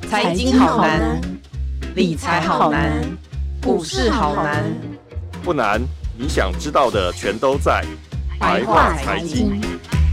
财经好难，理财好难，股市好难。 不难，你想知道的全都在白话财经。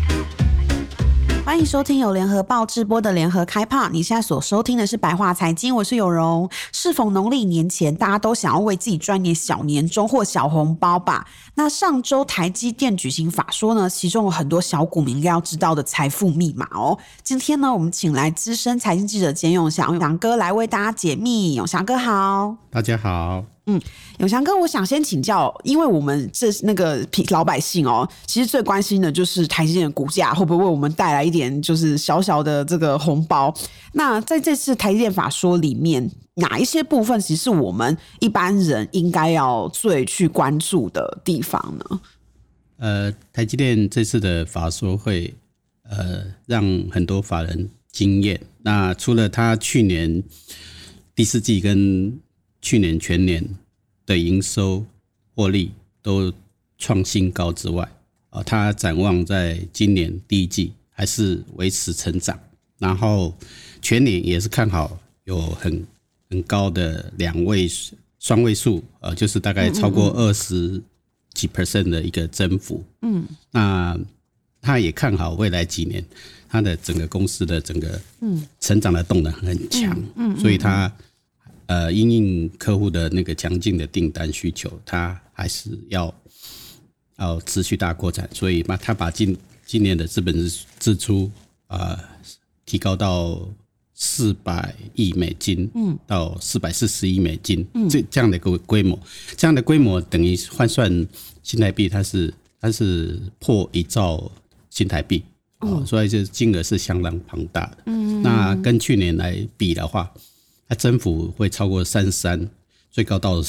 欢迎收听由联合报直播的联合开炮，你现在所收听的是白话财经，我是有容。适逢农历年前，大家都想要为自己赚点小年终或小红包吧。那上周台积电举行法说呢，其中有很多小股民应该要知道的财富密码哦。今天呢，我们请来资深财经记者简永祥哥来为大家解密。永祥哥好。 大家好。 永祥哥，我想先请教，因为我们那个老百姓哦，其实最关心的就是台积电的股价会不会为我们带来一点就是小小的这个红包。那在这次台积电法说里面，哪一些部分其实是我们一般人应该要最去关注的地方呢？ 台积电这次的法说会，让很多法人惊艳。那除了他去年第四季跟去年全年的营收获利都创新高之外，他展望在今年第一季还是维持成长，然后全年也是看好有很高的双位数，就是大概超过20几%的一个增幅。那他也看好未来几年他的整个公司的整个成长的动能很强，所以他因应客户的那个强劲的订单需求，他还是要持续大扩展，所以他把今年的资本支出提高到400亿美金，到440亿美金，这样的一个规模，这样的规模等于换算新台币，它是破1兆新台币，所以这金额是相当庞大的。那跟去年来比的话，它增幅会超过33%，最高到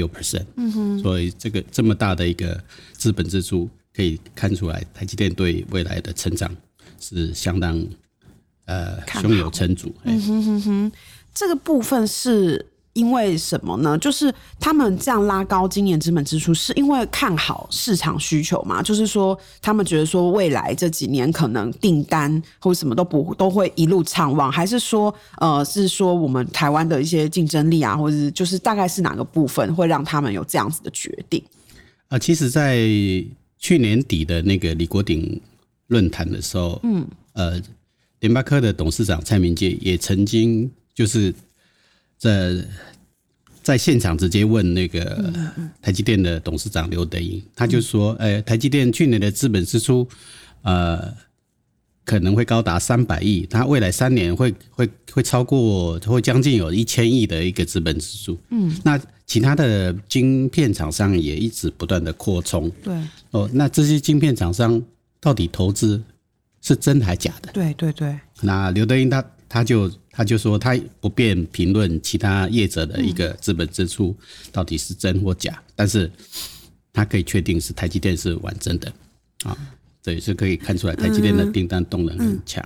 46%。所以这么大的一个资本支出，可以看出来台积电对未来的成长是相当胸有成竹。 这个部分是因为什么呢？就是他们这样拉高今年资本支出，是因为看好市场需求嘛？就是说他们觉得说未来这几年可能订单或什么都会一路畅旺，还是说是说我们台湾的一些竞争力啊，或者是就是大概是哪个部分会让他们有这样子的决定？ 其实在去年底的那个李国鼎论坛的时候，联发科的董事长蔡明介也曾经就是在现场直接问那个台积电的董事长刘德英，他就说，台积电去年的资本支出，可能会高达300亿，他未来3年会超过，会将近有1000亿的一个资本支出。那其他的晶片厂商也一直不断的扩充。 对。 那这些晶片厂商到底投资是真还假的？ 对对对。 那刘德英他就说他不便评论其他业者的一个资本支出到底是真或假，但是他可以确定是台积电是玩真的啊，这也是可以看出来台积电的订单动能很强。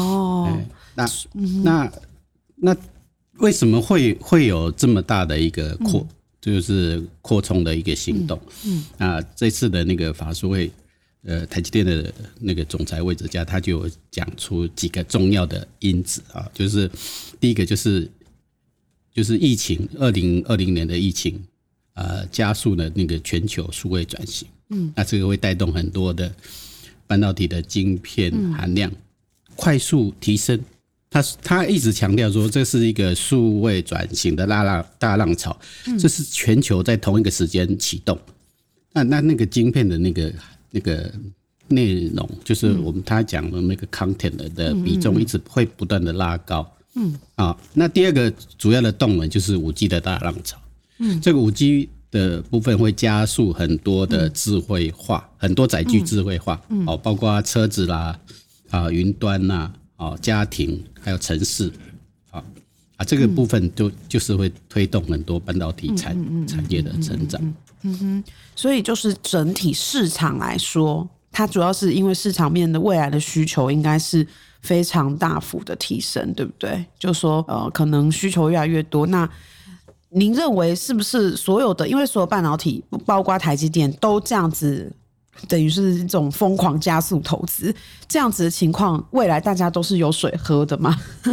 那为什么会有这么大的一个就是扩充的一个行动？这次的那个法说会，台积电的那个总裁魏哲家他就有讲出几个重要的因子啊，就是第一个就是疫情，2020年的疫情，加速了那个全球数位转型，那这个会带动很多的半导体的晶片含量快速提升。他一直强调说，这是一个数位转型的大浪潮，这是全球在同一个时间启动。那个晶片的那个内容，就是他讲的那个 content 的比重一直会不断的拉高。那第二个主要的动能就是 5G 的大浪潮。这个 5G 的部分会加速很多的智慧化，很多载具智慧化，包括车子啦、云端啦、家庭还有城市，这个部分就是会推动很多半导体产业的成长。 所以就是整体市场来说，它主要是因为市场面的未来的需求应该是非常大幅的提升，对不对？就是说可能需求越来越多，那您认为是不是所有的，因为所有半导体包括台积电都这样子等于是这种疯狂加速投资，这样子的情况，未来大家都是有水喝的吗？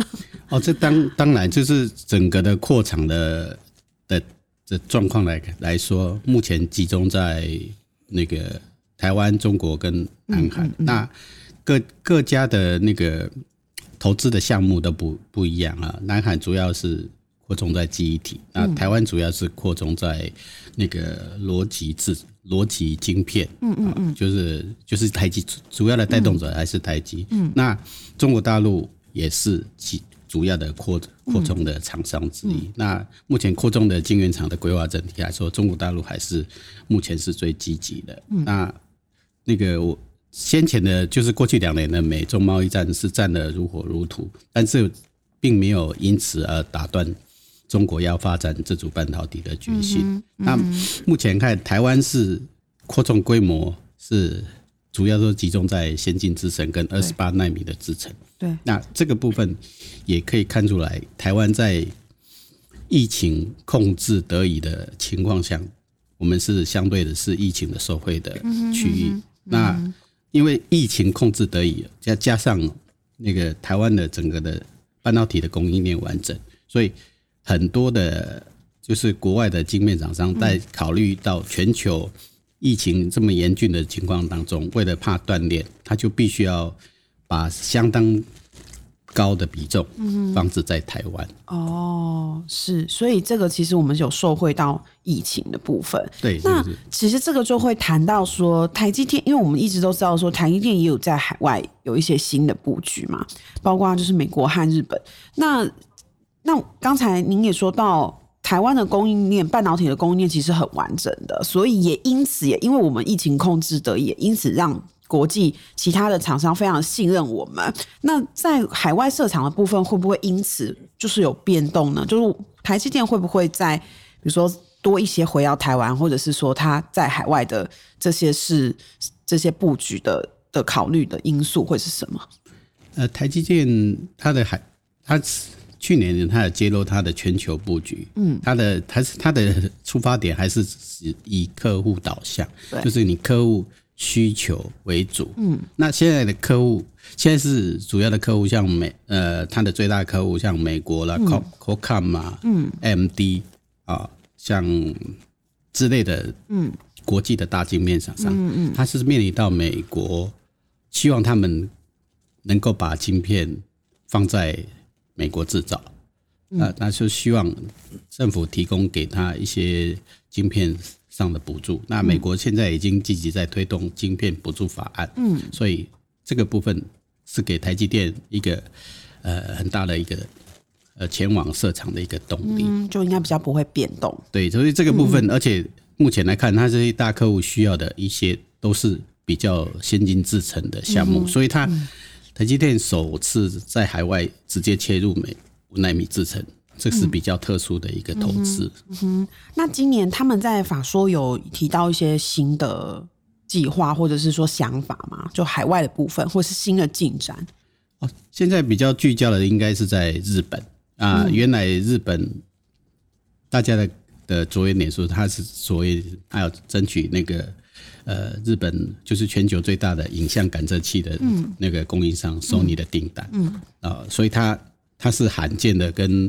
这当然就是整个的扩厂的状况来说，目前集中在那个台湾、中国跟南韩。那各家的那个投资的项目都不一样啊。南韩主要是扩充在记忆体，那台湾主要是扩充在那个逻辑晶片，就是台积主要的带动者还是台积，那中国大陆也是主要的扩充的厂商之一。那目前扩充的晶圆厂的规划整体来说，中国大陆还是目前是最积极的。那个我先前的就是过去2年的美中贸易战是战得如火如荼，但是并没有因此而打断中国要发展自主半导体的决心。那目前看台湾是扩充规模是主要都集中在先进制程跟28奈米的制程。 对， 那这个部分也可以看出来，台湾在疫情控制得宜的情况下，我们是相对的是疫情的受惠的区域。那因为疫情控制得宜，加上那个台湾的整个的半导体的供应链完整，所以很多的就是国外的晶片厂商在考虑到全球疫情这么严峻的情况当中，为了怕断链，他就必须要把相当高的比重放置在台湾。 是，所以这个其实我们有受惠到疫情的部分。 对， 那其实这个就会谈到说台积电，因为我们一直都知道说台积电也有在海外有一些新的布局嘛，包括就是美国和日本。那刚才您也说到，台湾的供应链，半导体的供应链其实很完整的，所以也因此也因为我们疫情控制的，也因此让国际其他的厂商非常信任我们。那在海外设厂的部分，会不会因此就是有变动呢？就是台积电会不会在比如说多一些回到台湾，或者是说它在海外的这些布局的考虑的因素会是什么？ 台积电它去年他有揭露他的全球布局，他的出发点还是以客户导向，就是你客户需求为主。那现在的客户，现在是主要的客户，像他的最大客户像美国啦，Qualcomm 啊，AMD 啊，像之类的国际的大晶片厂商，他是面临到美国，希望他们能够把晶片放在美国制造，那就希望政府提供给他一些晶片上的补助。那美国现在已经积极在推动晶片补助法案，所以这个部分是给台积电一个很大的一个前往设厂的一个动力， 就应该比较不会变动。 对，所以这个部分，而且目前来看，他这些大客户需要的一些都是比较先进制程的项目，所以他台积电首次在海外直接切入5奈米制程，这是比较特殊的一个投资。 那今年他们在法说有提到一些新的计划或者是说想法吗？就海外的部分或是新的进展？ 现在比较聚焦的应该是在日本啊。原来日本大家的着眼点说，它是所谓还要争取那个日本就是全球最大的影像感测器的那个供应商 Sony 的订单，所以它是罕见的跟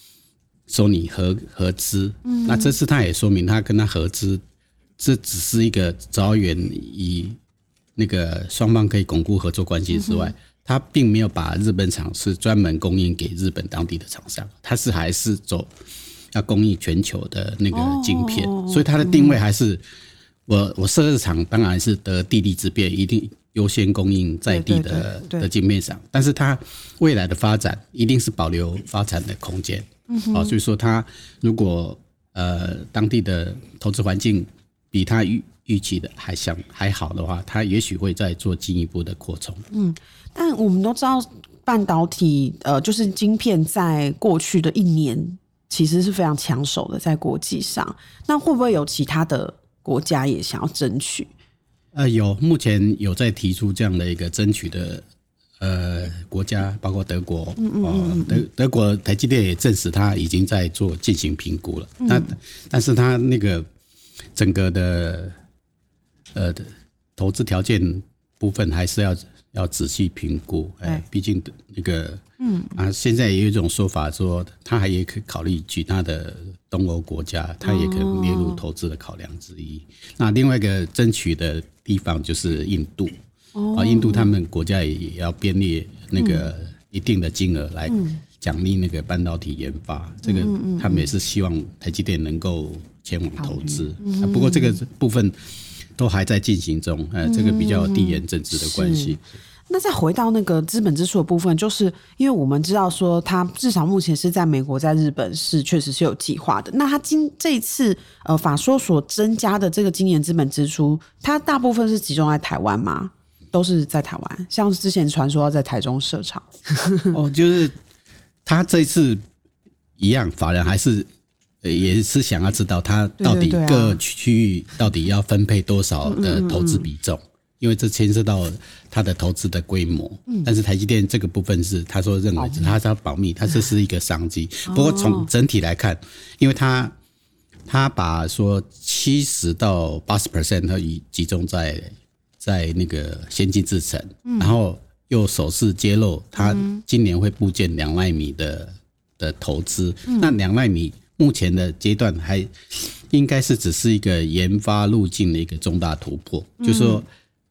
Sony 合资，那这次他也说明他跟他合资，这只是一个着眼以那个双方可以巩固合作关系之外，他并没有把日本厂是专门供应给日本当地的厂商，他是还是走要供应全球的那个晶片，所以他的定位还是。我设厂当然是得地利之便，一定优先供应在地的晶片厂，但是它未来的发展一定是保留发展的空间。所以说它如果当地的投资环境比它预期的还好的话，它也许会再做进一步的扩充。 但我们都知道半导体就是晶片在过去的1年其实是非常抢手的，在国际上，那会不会有其他的国家也想要争取？ 目前有在提出这样的一个争取的国家，包括德国。德国台积电也证实他已经在进行评估了。但是他那个整个的投资条件部分还是要要仔细评估，毕竟那个现在也有一种说法说，它还也可以考虑其他的东欧国家，它也可以列入投资的考量之一。那另外一个争取的地方就是印度，印度他们国家也要编列那个一定的金额来奖励那个半导体研发，这个他们也是希望台积电能够前往投资。不过这个部分都还在进行中，这个比较有地缘政治的关系。 那再回到那个资本支出的部分，就是因为我们知道说，它至少目前是在美国、在日本是确实是有计划的。那它这一次法说所增加的这个今年资本支出，它大部分是集中在台湾吗？都是在台湾？像之前传说要在台中设厂， 就是他这次一样，法人还是也是想要知道他到底各区域到底要分配多少的投资比重，因为这牵涉到他的投资的规模。但是台积电这个部分是他说认为他是要保密，他这是一个商机。不过从整体来看，因为他把说70%到80%他集中在那个先进制程，然后又首次揭露他今年会布建2奈米的投资。那2奈米目前的阶段还应该是只是一个研发路径的一个重大突破，就是说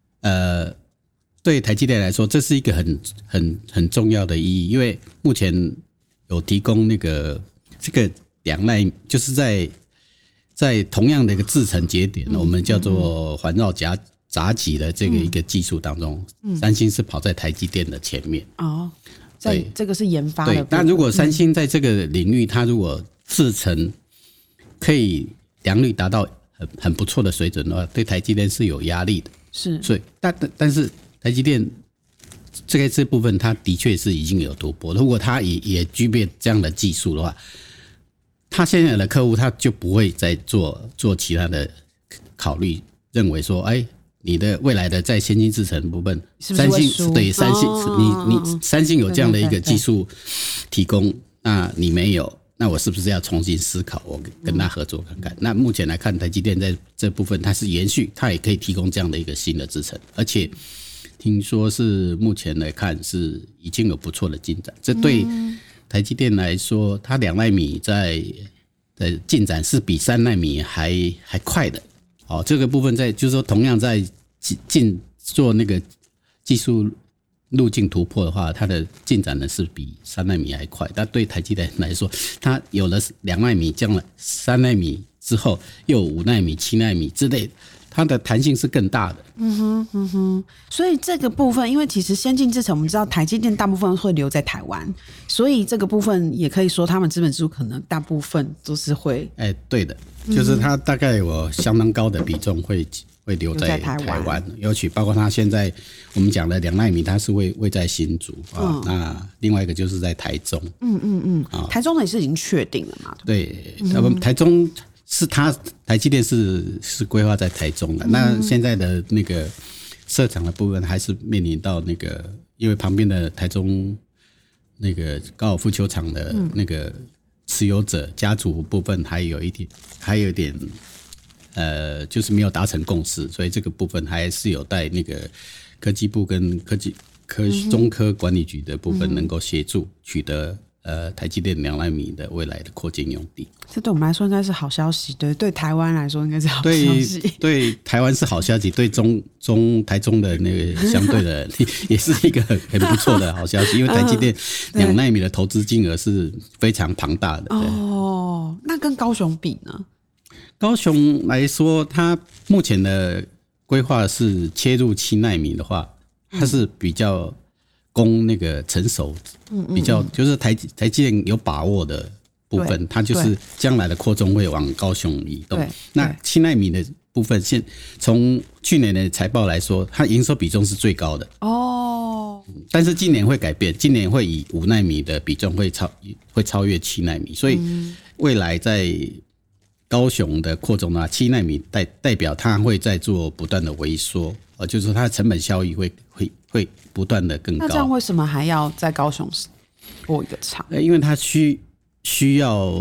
对台积电来说这是一个很重要的意义，因为目前有提供那个这个2奈米，就是在同样的一个制程节点，我们叫做环绕杂极的这个一个技术当中，三星是跑在台积电的前面。 在这个是研发的。 对，那如果三星在这个领域，它如果制程可以良率达到很不错的水准的话，对台积电是有压力的。 是， 所以但是台积电这部分，它的确是已经有突破。如果它也具备这样的技术的话，它现在的客户他就不会再做其他的考虑，认为说，你的未来的在先进制程部分，三星对三星，你三星有这样的一个技术提供，那你没有，那我是不是要重新思考？我跟他合作看看。那目前来看，台积电在这部分它是延续，它也可以提供这样的一个新的制程，而且听说是目前来看是已经有不错的进展。这对台积电来说，它2奈米的进展是比3奈米还快的。这个部分就是说同样在做那个技术路径突破的话，它的进展呢是比3奈米还快。但对台积电来说，它有了2奈米，将来3奈米之后又有5奈米、7奈米之类的，它的弹性是更大的。 所以这个部分，因为其实先进制程我们知道台积电大部分会留在台湾，所以这个部分也可以说他们资本支出可能大部分都是会对的，就是它大概有相当高的比重会留在台湾，尤其包括它现在我们讲的2奈米，它是位在新竹那另外一个就是在台中。 台中的也是已经确定了嘛？ 对，台中是台积电是规划在台中的。那现在的那个设厂的部分还是面临到那个，因为旁边的台中那个高尔夫球场的那个持有者家族部分还有一点就是没有达成共识，所以这个部分还是有待那个科技部跟中科管理局的部分能够协助取得台积电2奈米的未来的扩建用地。 这对我们来说应该是好消息，对台湾来说应该是好消息。 对台湾是好消息，对台中的那个相对的也是一个很不错的好消息，因为台积电2奈米的投资金额是非常庞大的。 那跟高雄比呢？ 高雄来说，它目前的规划是切入7奈米的话，它是比较供那个成熟，比较就是台积电有把握的部分，它就是将来的扩充会往高雄移动。那7奈米的部分，从去年的财报来说，它营收比重是最高的。但是今年会改变，今年会以5奈米的比重会超越7奈米，所以未来在高雄的扩充7奈米代表它会在做不断的微缩，就是说它的成本效益会不断的更高。 那这样为什么还要在高雄拨一个厂？ 因为它需要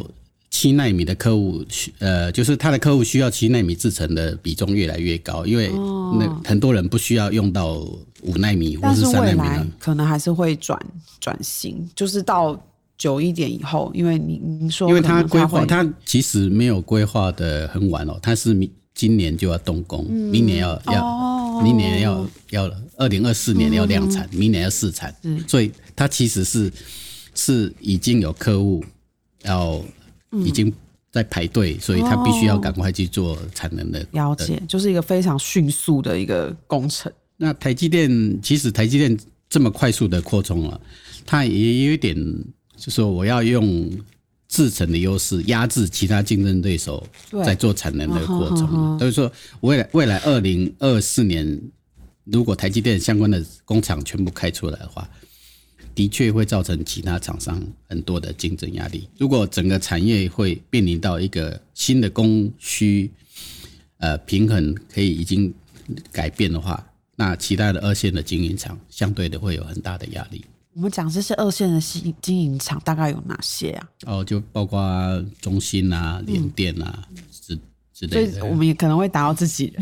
7奈米的客户，就是他的客户需要7奈米制程的比重越来越高，因为很多人不需要用到5奈米或是3奈米， 但是未来可能还是会转型，就是到久一点以后，因为您说， 因为他规划，他其实没有规划的很晚哦，他是今年就要动工，明年明年要2024年要量产，明年要试产，所以他其实是已经有客户已经在排队，所以他必须要赶快去做产能的了解，就是一个非常迅速的一个工程。 那其实台积电这么快速的扩充了，它也有一点，就是说我要用制程的优势压制其他竞争对手在做产能的扩充。所以说未来2024年，如果台积电相关的工厂全部开出来的话，的确会造成其他厂商很多的竞争压力。如果整个产业会面临到一个新的供需平衡可以已经改变的话，那其他的2线的经营厂相对的会有很大的压力。 我们讲这些2线的经营厂大概有哪些啊？ 就包括中芯啊、联电啊之类的。 所以我们也可能会打到自己人。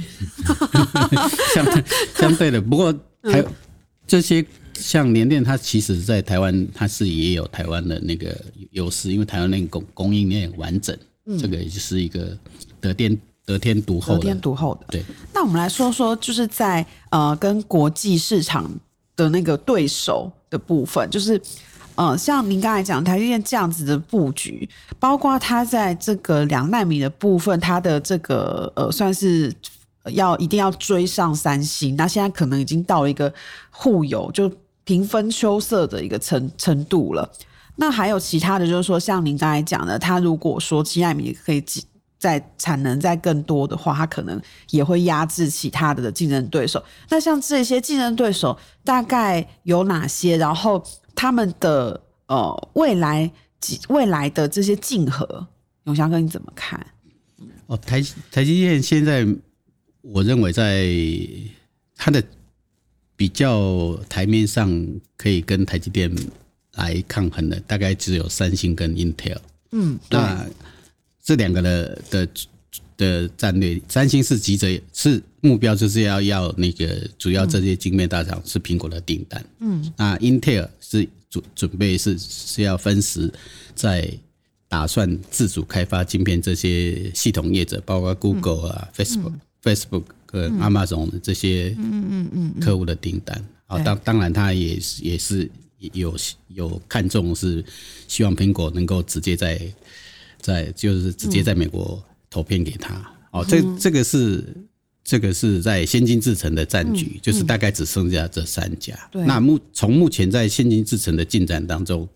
相对的，不过这些像联电，它其实在台湾它是也有台湾的那个优势，因为台湾那个供应链完整，这个也就是一个得天独厚的。对。 那我们来说说，就是在跟国际市场的那个对手的部分，就是像您刚才讲台积电这样子的布局，包括它在这个2奈米的部分，它的这个算是一定要追上三星，那现在可能已经到了一个互有就平分秋色的一个程度了。那还有其他的，就是说像您刚才讲的，它如果说7奈米可以在产能再更多的话，它可能也会压制其他的竞争对手。那像这些竞争对手大概有哪些？然后他们的未来的这些竞合，永祥哥你怎么看？ 台积电现在我认为在它的比较台面上可以跟台积电来抗衡的，大概只有三星跟 Intel。那这两个的战略，三星是目标就是要那个主要这些晶片大厂是苹果的订单。那 Intel 是准备是要分时在打算自主开发晶片，这些系统业者包括 Google 啊、Facebook 跟 Amazon 这些客户的订单。当然他也是有看重，是希望苹果能够直接就是直接在美国投片给他。这个是在先进制程的战局，就是大概只剩下这3家。那从目前在先进制程的进展当中，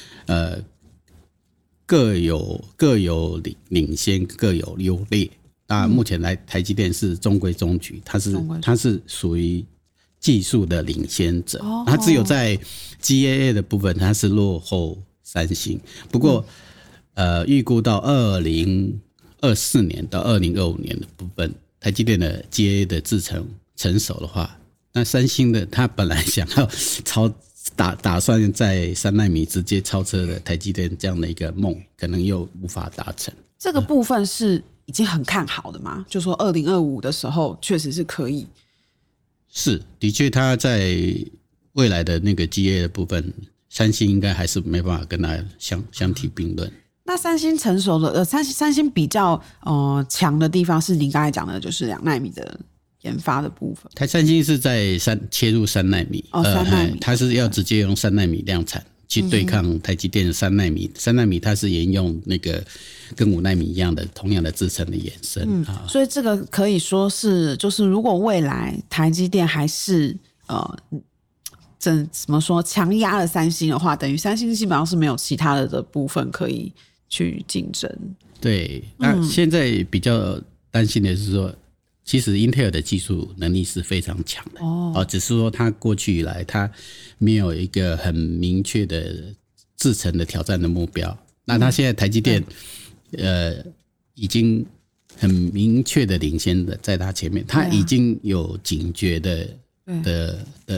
各有领先，各有优劣。那目前台积电是中规中矩，它是属于技术的领先者，它只有在 GAA 的部分它是落后三星。不过预估到2024年到2025年的部分，台积电的 GAA 的制程成熟的话，那三星的它本来想要打算在3奈米直接超车的台积电这样的一个梦，可能又无法达成。 这个部分是已经很看好的嘛？就说2025的时候确实是可以。 是，的确，它在未来的那个 GA 的部分，三星应该还是没办法跟它相提并论。 那三星成熟的三星比较强的地方是您刚才讲的，就是2奈米的研发的部分。 三星是在切入3奈米 ，3奈米， 它是要直接用3奈米量产去对抗台积电的3奈米。3奈米它是沿用那个跟5奈米一样的同样的制程的衍生。 所以这个可以说是，就是如果未来台积电还是怎么说强压了三星的话，等于三星基本上是没有其他的部分可以去竞争。对， 那现在比较担心的是说，其实 Intel 的技术能力是非常强的，只是说它过去以来它没有一个很明确的制程的挑战的目标。那它现在台积电已经很明确的领先的在它前面，它已经有警觉的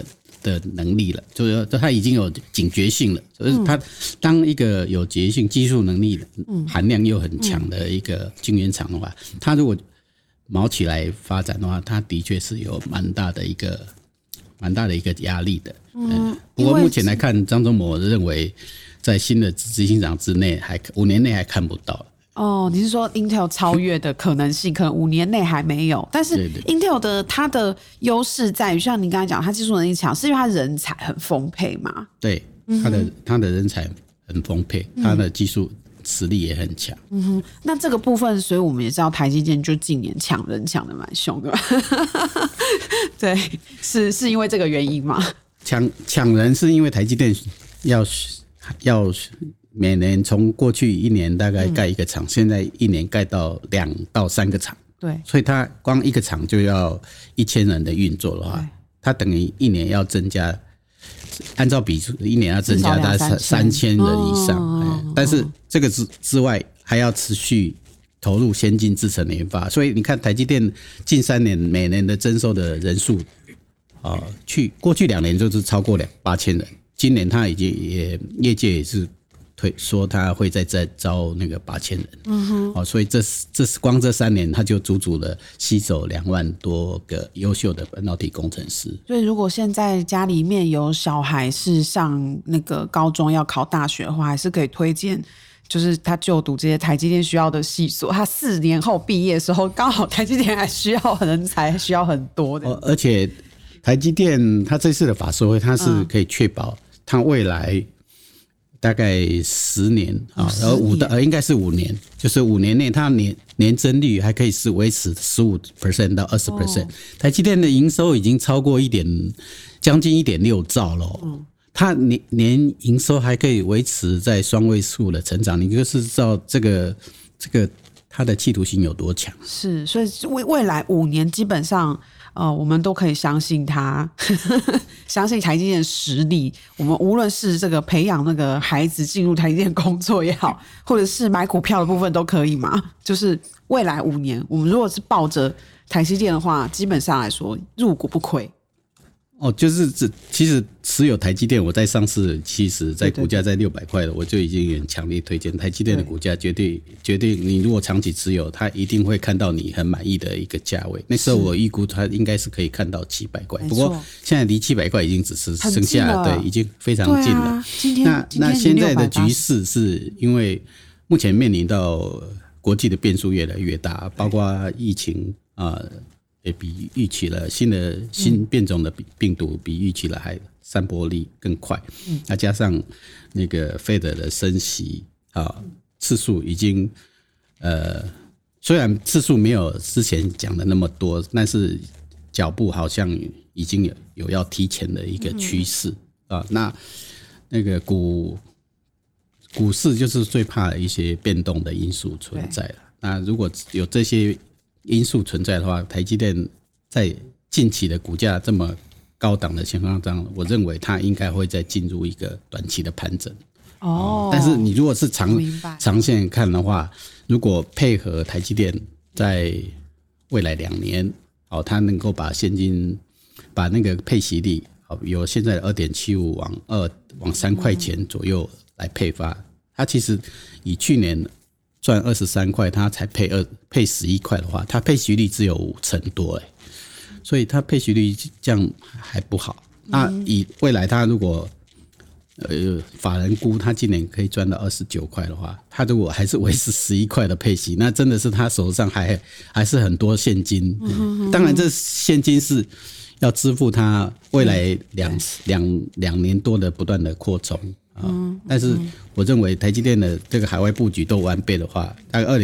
的能力了，就是它已经有警觉性了，就是它当一个有警觉性、技术能力含量又很强的一个晶圆厂的话，它如果毛起来发展的话，它的确是有蛮大的一个压力的。不过目前来看，张忠谋认为在新的执行长之内5年内还看不到。 你是说 Intel 超越的可能性可能5年内还没有，但是 Intel 它的优势在于像你刚才讲它技术能力强，是因为它人才很丰沛嘛？ 对，它的人才很丰沛，它的技术实力也很强。 那这个部分，所以我们也知道台积电就近年抢人抢的蛮凶的对，是因为这个原因吗？ 抢人是因为台积电要每年从过去1年大概盖一个厂，现在1年盖到2到3个厂，对，所以它光一个厂就要1000人的运作的话，它等于1年要增加，按照比数1年要增加大概3000人以上。但是这个之外还要持续投入先进制程的研发，所以你看台积电近3年每年的征收的人数，过去2年就是超过8000人，今年他已经业界也是说他会再招那个8000人，所以这是光这3年他就足足的吸走2万多个优秀的半导体工程师。 所以如果现在家里面有小孩是上那个高中要考大学的话，还是可以推荐就是他就读这些台积电需要的系所，他4年后毕业的时候刚好台积电还需要人才，需要很多的。 而且台积电他这次的法说会，他是可以确保他未来大概10年然后应该是5年，就是5年内它年增率还可以是维持15% 到20%。台积电的营收已经超过将近1.6兆了，它年营收还可以维持在双位数的成长，你就是知道这个它的企图心有多强。 是，所以未来5年基本上我们都可以相信他相信台积电的实力，我们无论是这个培养那个孩子进入台积电工作也好，或者是买股票的部分都可以嘛，就是未来5年我们如果是抱着台积电的话，基本上来说入股不亏。 就是其实持有台积电，我在上市其实在股价在600块了，我就已经很强烈推荐台积电的股价，绝对你如果长期持有，它一定会看到你很满意的一个价位。那时候我预估它应该是可以看到700块，不过现在离700块已经只是剩下对，已经非常近了。那现在的局势是因为目前面临到国际的变数越来越大，包括疫情也比预期了新变种的病毒比预期了还散播力更快，那加上那个 Fed 的升息次数已经虽然次数没有之前讲的那么多，但是脚步好像已经有要提前的一个趋势那个股市就是最怕一些变动的因素存在了。那如果有这些因素存在的话，台积电在近期的股价这么高档的情况下，我认为它应该会再进入一个短期的盘整。但是你如果是长线看的话，如果配合台积电在未来2年它能够把把那个配息率由现在的 2.75 往3块钱左右来配发，它其实以去年赚23块，他才配11块的话，他配息率只有50%多所以他配息率这样还不好。那以未来他如果法人估他今年可以赚到29块的话，他如果还是维持11块的配息，那真的是他手上还是很多现金。当然这现金是要支付他未来两年多的不断的扩充。但是我认为台积电的这个海外布局都完备的话，大概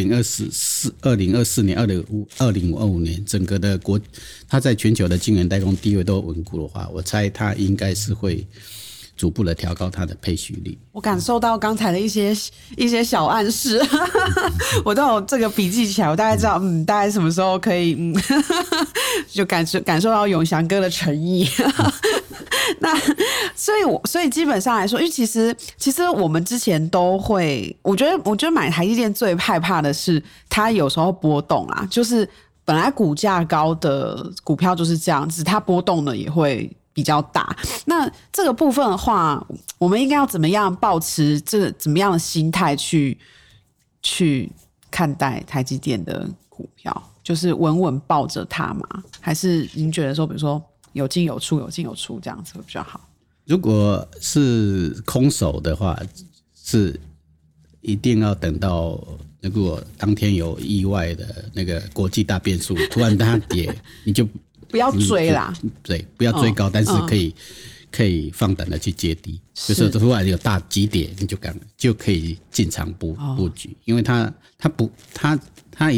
2024年、2025年，整个的它在全球的晶圆代工地位都稳固的话，我猜它应该是会逐步的调高它的配息率。 我感受到刚才的一些小暗示我都有这个笔记起来，我大概知道大概什么时候可以就感受到永祥哥的诚意那所以基本上来说，因为其实我们之前都会，我觉得买台积电最害怕的是它有时候波动啦，就是本来股价高的股票就是这样子，它波动呢也会比较大。那这个部分的话，我们应该要怎么样抱持怎么样的心态去看待台积电的股票？就是稳稳抱着它吗？还是您觉得说，比如说有进有出，有进有出这样子会比较好？ 如果是空手的话，是一定要等到如果当天有意外的那个国际大变数，突然它跌，你就不要追啦。 对，不要追高，但是可以放胆的去接低，就是突然有大急跌，你就可以进场布局，因为它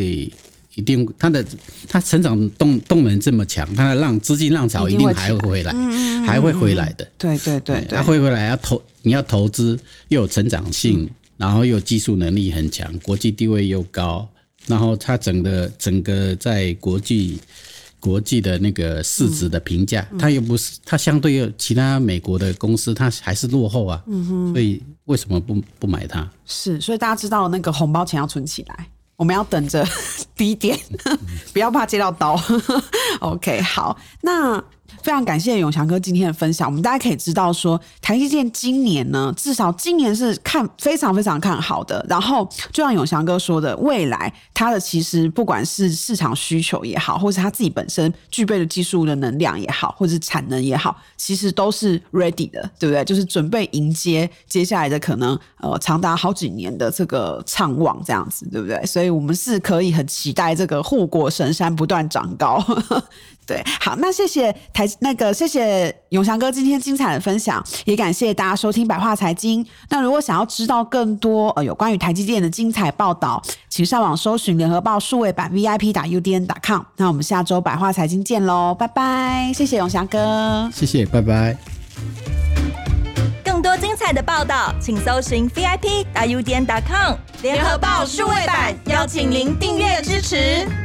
它成长动能这么强，它的资金浪潮一定还会回来，还会回来的。 对， 它会回来，你要投资又有成长性，然后又技术能力很强，国际地位又高，然后它整个在国际的那个市值的评价，它又不是，它相对于其他美国的公司，它还是落后啊。所以为什么不买它？ 是，所以大家知道那个红包钱要存起来。我们要等着低点，不要怕接到刀。OK， 好，那非常感谢永祥哥今天的分享。我们大家可以知道说，台积电今年呢，至少今年是非常非常看好的。然后就像永祥哥说的，未来它的其实不管是市场需求也好，或是它自己本身具备的技术的能量也好，或者是产能也好，其实都是 ready 的，对不对？就是准备迎接接下来的可能长达好几年的这个畅旺这样子，对不对？所以我们是可以很期待这个护国神山不断长高。对，好，那谢谢谢谢永祥哥今天精彩的分享，也感谢大家收听百话财经。那如果想要知道更多有关于台积电的精彩报道，请上网搜寻联合报数位版 VIP.udn.com。那我们下周百话财经见咯，拜拜，谢谢永祥哥， 谢谢，拜拜。 更多精彩的报道，请搜寻 VIP.udn.com 联合报数位版，邀请您订阅支持。